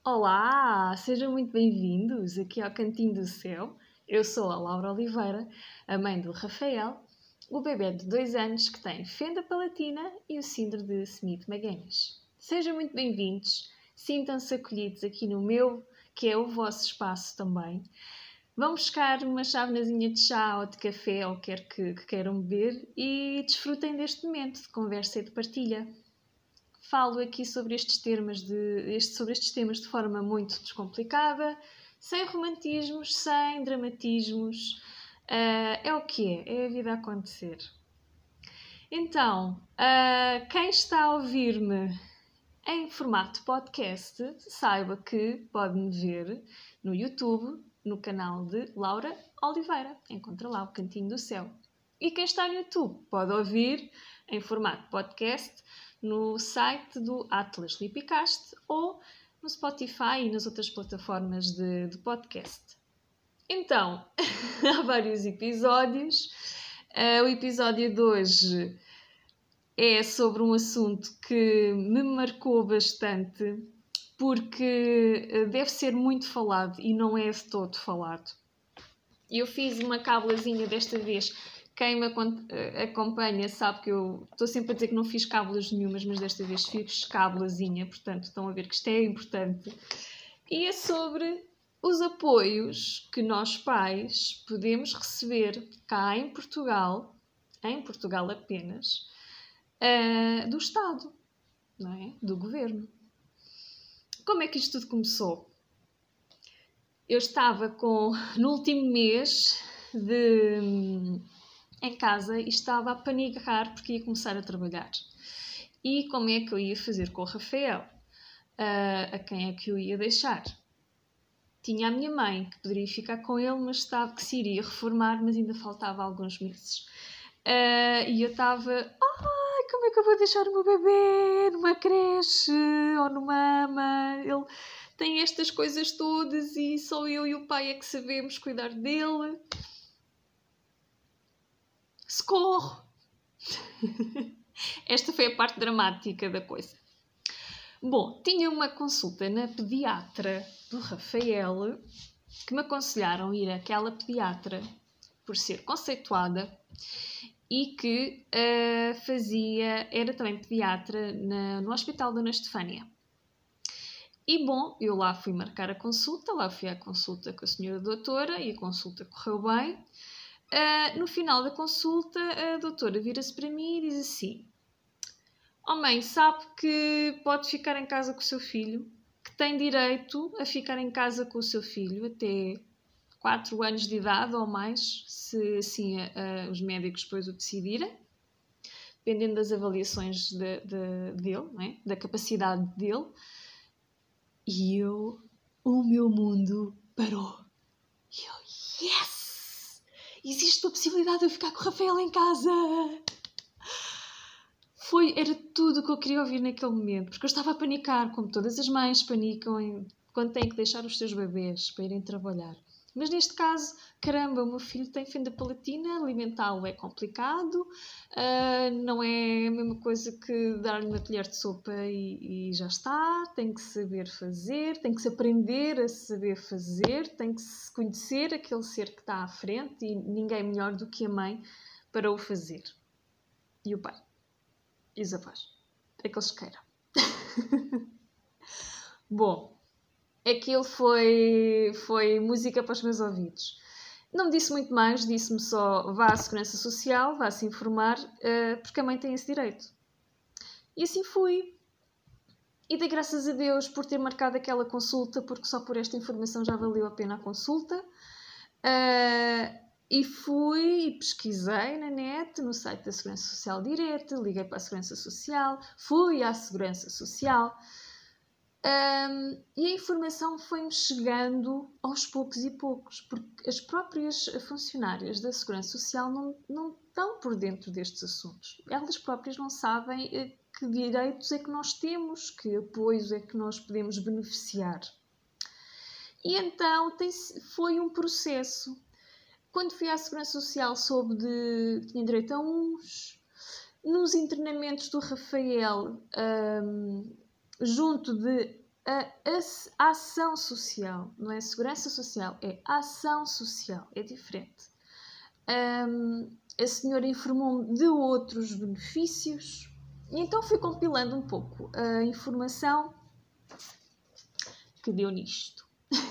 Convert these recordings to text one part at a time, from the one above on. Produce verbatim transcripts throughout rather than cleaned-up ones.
Olá, sejam muito bem-vindos aqui ao Cantinho do Céu. Eu sou a Laura Oliveira, a mãe do Rafael, o bebê de dois anos que tem fenda palatina e o síndrome de Smith-Magenis. Sejam muito bem-vindos, sintam-se acolhidos aqui no meu, que é o vosso espaço também. Vão buscar uma chávenazinha de chá ou de café, ou quer que, que queiram beber, e desfrutem deste momento de conversa e de partilha. Falo aqui sobre estes, termos de, este, sobre estes temas de forma muito descomplicada, sem romantismos, sem dramatismos. Uh, é o que é, é a vida a acontecer. Então, uh, quem está a ouvir-me em formato podcast, saiba que pode-me ver no YouTube, no canal de Laura Oliveira. Encontra lá o Cantinho do Céu. E quem está no YouTube pode ouvir em formato podcast no site do Atlas Lipicast ou no Spotify e nas outras plataformas de, de podcast. Então, há vários episódios. Uh, o episódio de hoje é sobre um assunto que me marcou bastante, porque deve ser muito falado e não é de todo falado. Eu fiz uma cábulazinha desta vez. Quem me acompanha sabe que eu estou sempre a dizer que não fiz cábulas nenhumas, mas desta vez fiz cábulazinha, portanto estão a ver que isto é importante. E é sobre os apoios que nós pais podemos receber cá em Portugal, em Portugal apenas, uh, do Estado, não é? Do Governo. Como é que isto tudo começou? Eu estava com, no último mês de... em casa e estava a panicar porque ia começar a trabalhar. E como é que eu ia fazer com o Rafael? Uh, a quem é que eu ia deixar? Tinha a minha mãe, que poderia ficar com ele, mas estava que se iria reformar, mas ainda faltava alguns meses. Uh, e eu estava... Ai, como é que eu vou deixar o meu bebê numa creche ou numa ama? Ele tem estas coisas todas e só eu e o pai é que sabemos cuidar dele. Socorro! Esta foi a parte dramática da coisa. Bom, tinha uma consulta na pediatra do Rafael, que me aconselharam ir àquela pediatra por ser conceituada e que uh, fazia, era também pediatra na, no Hospital Dona Estefânia. E bom, eu lá fui marcar a consulta, lá fui à consulta com a senhora doutora e a consulta correu bem. Uh, no final da consulta, a doutora vira-se para mim e diz assim: oh mãe, sabe que pode ficar em casa com o seu filho, que tem direito a ficar em casa com o seu filho até quatro anos de idade ou mais, se assim uh, os médicos depois o decidirem, dependendo das avaliações de, de, dele, não é? Da capacidade dele. E eu, o meu mundo parou. E eu, yes! Existe a possibilidade de eu ficar com o Rafael em casa! Foi, era tudo o que eu queria ouvir naquele momento, porque eu estava a panicar, como todas as mães panicam em, quando têm que deixar os seus bebês para irem trabalhar. Mas neste caso, caramba, o meu filho tem fenda palatina, alimentá-lo é complicado, uh, não é a mesma coisa que dar-lhe uma colher de sopa e, e já está, tem que saber fazer, tem que se aprender a saber fazer, tem que se conhecer aquele ser que está à frente e ninguém melhor do que a mãe para o fazer. E o pai. E os avós. Aqueles que queiram. Bom, aquilo foi, foi música para os meus ouvidos. Não me disse muito mais, disse-me só vá à Segurança Social, vá se informar, uh, porque a mãe tem esse direito. E assim fui. E dei graças a Deus por ter marcado aquela consulta, porque só por esta informação já valeu a pena a consulta. Uh, E fui e pesquisei na net, no site da Segurança Social direta, liguei para a Segurança Social, fui à Segurança Social um, e a informação foi-me chegando aos poucos e poucos, porque as próprias funcionárias da Segurança Social não, não estão por dentro destes assuntos. Elas próprias não sabem que direitos é que nós temos, que apoios é que nós podemos beneficiar. E então tem, foi um processo. Quando fui à Segurança Social soube de que tinha direito a uns. Nos internamentos do Rafael, um, junto de a, a ação social, não é segurança social, é ação social, é diferente. Um, a senhora informou-me de outros benefícios e então fui compilando um pouco a informação que deu nisto.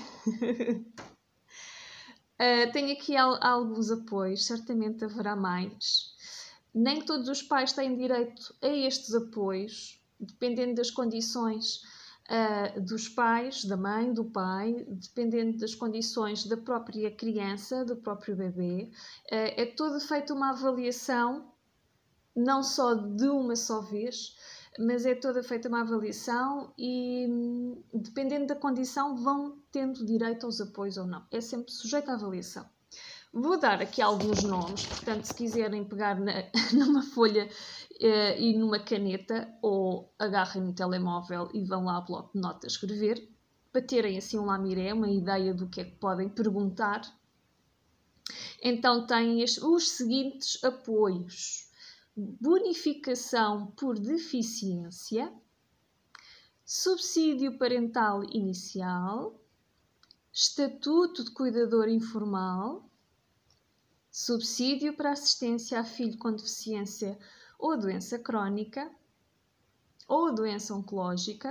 Uh, tenho aqui al- alguns apoios, certamente haverá mais. Nem todos os pais têm direito a estes apoios, dependendo das condições uh, dos pais, da mãe, do pai, dependendo das condições da própria criança, do próprio bebê. Uh, é toda feita uma avaliação, não só de uma só vez, mas é toda feita uma avaliação e, dependendo da condição, vão tendo direito aos apoios ou não. É sempre sujeito à avaliação. Vou dar aqui alguns nomes, portanto, se quiserem pegar na, numa folha eh, e numa caneta, ou agarrem no telemóvel e vão lá ao bloco de notas escrever, para terem assim um lamiré, uma ideia do que é que podem perguntar. Então, têm os, os seguintes apoios. Bonificação por deficiência, subsídio parental inicial, estatuto de cuidador informal, subsídio para assistência a filho com deficiência ou doença crónica ou doença oncológica,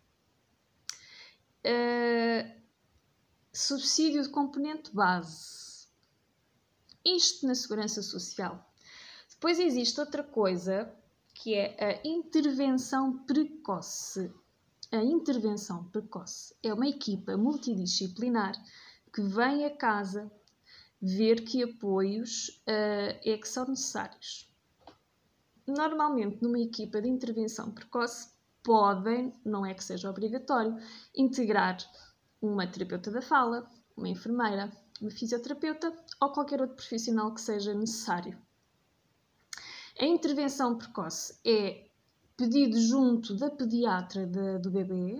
uh, subsídio de componente base. Isto na segurança social. Depois existe outra coisa, que é a intervenção precoce. A intervenção precoce é uma equipa multidisciplinar que vem a casa ver que apoios uh, é que são necessários. Normalmente, numa equipa de intervenção precoce, podem, não é que seja obrigatório, integrar uma terapeuta da fala, uma enfermeira, uma fisioterapeuta ou qualquer outro profissional que seja necessário. A intervenção precoce é pedido junto da pediatra de, do bebê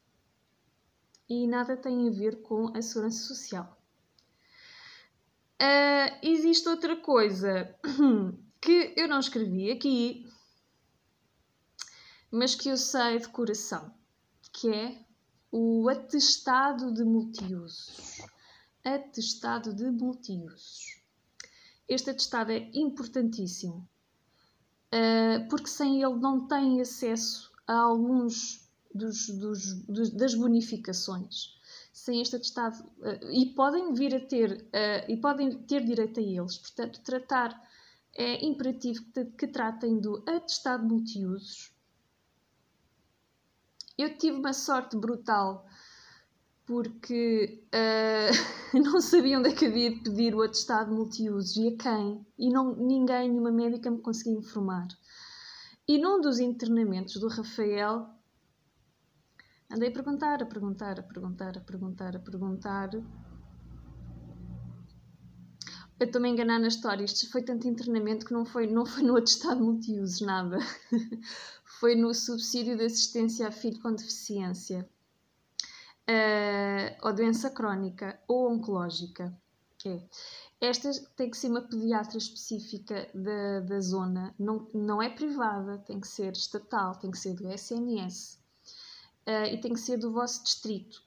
e nada tem a ver com a segurança social. Uh, existe outra coisa que eu não escrevi aqui, mas que eu sei de coração, que é o atestado de multiusos. Atestado de multiusos. Este atestado é importantíssimo. Uh, porque sem ele não têm acesso a alguns dos, dos, dos, das bonificações. Sem este atestado, uh, e podem vir a ter, uh, e podem ter direito a eles. Portanto, tratar, é imperativo que, que tratem do atestado multiusos. Eu tive uma sorte brutal, porque uh, não sabia onde é que havia de pedir o atestado multiusos e a quem. E não, ninguém, nenhuma médica me conseguia informar. E num dos internamentos do Rafael, andei a perguntar, a perguntar, a perguntar, a perguntar, a perguntar. Eu estou-me a enganar na história. Isto foi tanto internamento que não foi, não foi no atestado multiusos, nada. Foi no subsídio de assistência a filho com deficiência. Uh, ou doença crónica ou oncológica. É. Esta tem que ser uma pediatra específica da, da zona, não, não é privada, tem que ser estatal, tem que ser do S N S uh, e tem que ser do vosso distrito.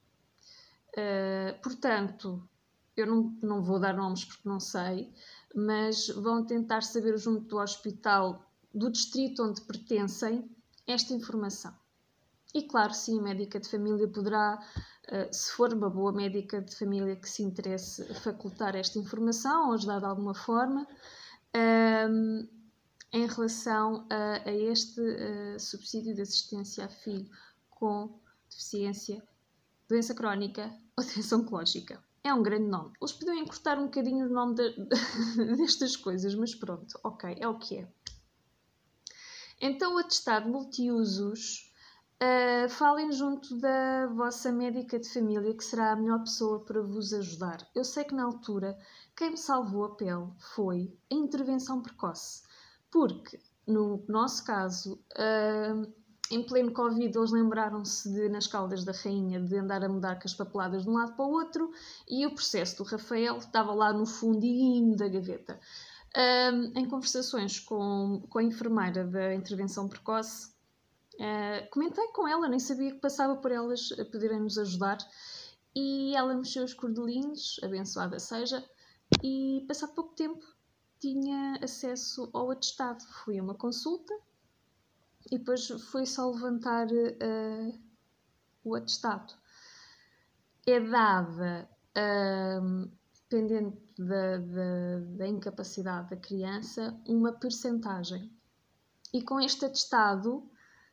Uh, portanto, eu não, não vou dar nomes porque não sei, mas vão tentar saber junto do hospital do distrito onde pertencem esta informação. E claro, sim, a médica de família poderá, se for uma boa médica de família que se interesse, facultar esta informação ou ajudar de alguma forma um, em relação a, a este uh, subsídio de assistência a filho com deficiência, doença crónica ou doença oncológica. É um grande nome. Eles podiam encurtar um bocadinho o nome de, de, destas coisas, mas pronto, ok, é o que é. Então, o atestado multiusos. Uh, falem junto da vossa médica de família, que será a melhor pessoa para vos ajudar. Eu sei que na altura quem me salvou a pele foi a intervenção precoce, porque no nosso caso, uh, em pleno Covid, eles lembraram-se de, nas Caldas da Rainha, de andar a mudar com as papeladas de um lado para o outro, e o processo do Rafael estava lá no fundinho da gaveta. Uh, em conversações com, com a enfermeira da intervenção precoce, Uh, comentei com ela, nem sabia que passava por elas a poderem nos ajudar. E ela mexeu os cordelinhos, abençoada seja, e passado pouco tempo tinha acesso ao atestado. Fui a uma consulta e depois foi só levantar uh, o atestado. É dada, uh, dependendo da, da, da incapacidade da criança, uma percentagem. E com este atestado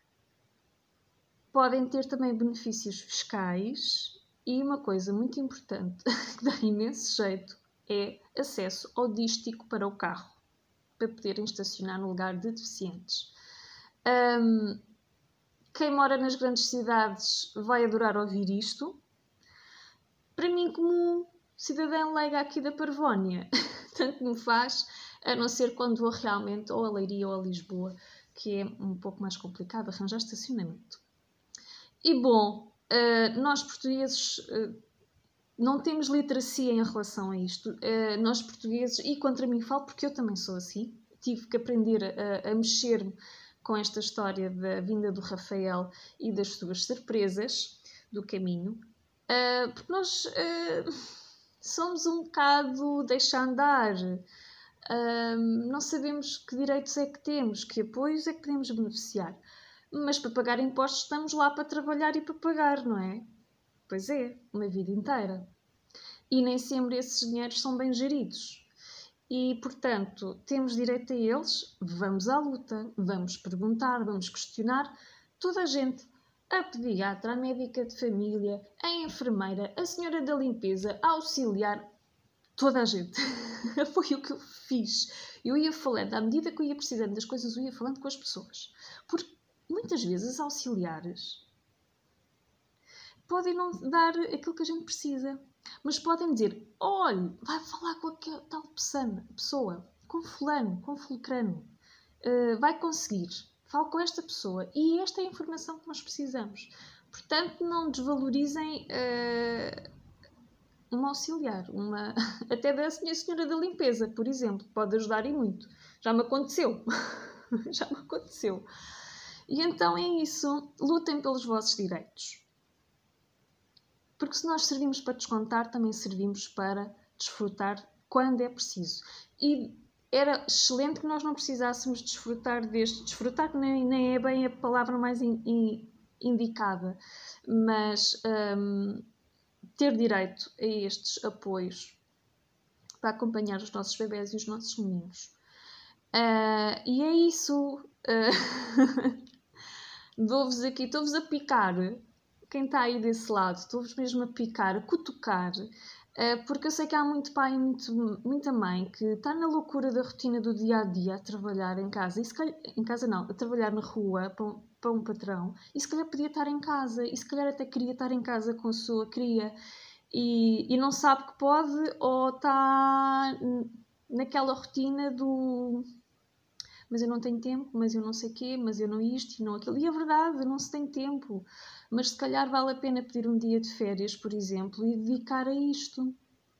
podem ter também benefícios fiscais e uma coisa muito importante que dá imenso jeito é acesso ao dístico para o carro, para poderem estacionar no lugar de deficientes. Um, quem mora nas grandes cidades vai adorar ouvir isto. Para mim, como cidadã leiga aqui da Parvónia, tanto me faz, a não ser quando vou realmente ou a Leiria ou a Lisboa, que é um pouco mais complicado arranjar estacionamento. E bom, nós portugueses não temos literacia em relação a isto. Nós portugueses, e contra mim falo porque eu também sou assim, tive que aprender a, a mexer-me com esta história da vinda do Rafael e das suas surpresas do caminho, porque nós somos um bocado deixa andar, não sabemos que direitos é que temos, que apoios é que podemos beneficiar. Mas para pagar impostos estamos lá para trabalhar e para pagar, não é? Pois é, uma vida inteira. E nem sempre esses dinheiros são bem geridos. E, portanto, temos direito a eles, vamos à luta, vamos perguntar, vamos questionar. Toda a gente, a pediatra, a médica de família, a enfermeira, a senhora da limpeza, a auxiliar, toda a gente. Foi o que eu fiz. Eu ia falando, à medida que eu ia precisando das coisas, eu ia falando com as pessoas. Porque muitas vezes, auxiliares podem não dar aquilo que a gente precisa, mas podem dizer, olha, vai falar com aquela tal pessoa, com fulano, com fulcrano, uh, vai conseguir, fala com esta pessoa e esta é a informação que nós precisamos. Portanto, não desvalorizem uh, uma auxiliar, uma, até da minha senhora da limpeza, por exemplo, pode ajudar e muito. Já me aconteceu, já me aconteceu. E então é isso, lutem pelos vossos direitos. Porque se nós servimos para descontar, também servimos para desfrutar quando é preciso. E era excelente que nós não precisássemos desfrutar deste. Desfrutar nem, nem é bem a palavra mais in, in, indicada, mas um, ter direito a estes apoios para acompanhar os nossos bebés e os nossos meninos. Uh, e é isso. Uh, Dou-vos aqui, estou-vos a picar. Quem está aí desse lado, estou-vos mesmo a picar, a cutucar, porque eu sei que há muito pai e muito, muita mãe que está na loucura da rotina do dia-a-dia a trabalhar em casa, e se calhar, em casa não, a trabalhar na rua para um, para um patrão, e se calhar podia estar em casa, e se calhar até queria estar em casa com a sua cria, e, e não sabe que pode, ou está naquela rotina do... mas eu não tenho tempo, mas eu não sei o quê, mas eu não isto e não aquilo. E é verdade, não se tem tempo. Mas se calhar vale a pena pedir um dia de férias, por exemplo, e dedicar a isto.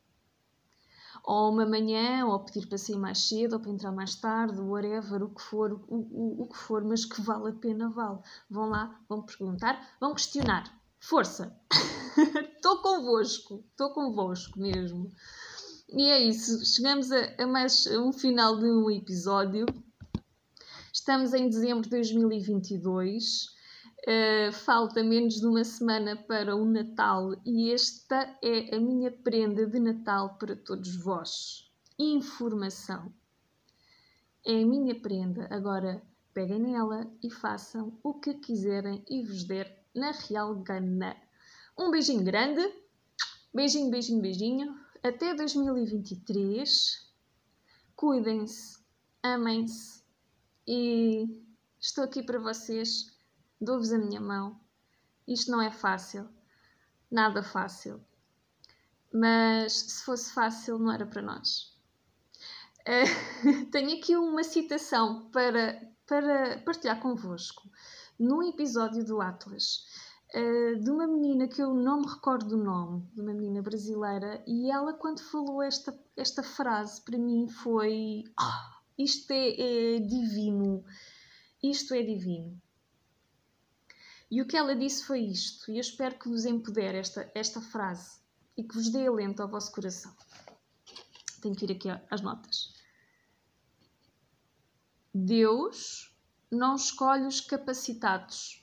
Ou uma manhã, ou pedir para sair mais cedo, ou para entrar mais tarde, whatever, o que for, o, o, o que for, mas que vale a pena, vale. Vão lá, vão perguntar, vão questionar. Força! Estou convosco, estou convosco mesmo. E é isso, chegamos a, a mais a um final de um episódio. Estamos em dezembro de dois mil e vinte e dois, uh, falta menos de uma semana para o Natal e esta é a minha prenda de Natal para todos vós. Informação. É a minha prenda. Agora peguem nela e façam o que quiserem e vos der na real gana. Um beijinho grande. Beijinho, beijinho, beijinho. Até dois mil e vinte e três. Cuidem-se. Amem-se. E estou aqui para vocês, dou-vos a minha mão. Isto não é fácil, nada fácil. Mas se fosse fácil, não era para nós. Uh, tenho aqui uma citação para, para partilhar convosco. Num episódio do Atlas, uh, de uma menina que eu não me recordo do nome, de uma menina brasileira, e ela, quando falou esta, esta frase, para mim foi... Oh, isto é, é divino. Isto é divino. E o que ela disse foi isto, e eu espero que vos empodere esta, esta frase e que vos dê alento ao vosso coração. Tenho que ir aqui às notas. Deus não escolhe os capacitados.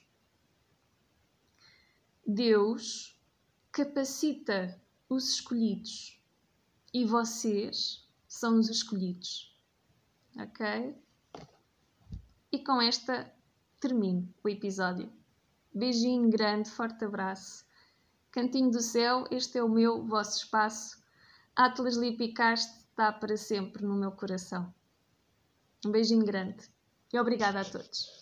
Deus capacita os escolhidos. E vocês são os escolhidos. Ok? E com esta termino o episódio. Beijinho grande, forte abraço. Cantinho do Céu, este é o meu, vosso espaço. Atlas Lipicaste está para sempre no meu coração. Um beijinho grande e obrigada a todos.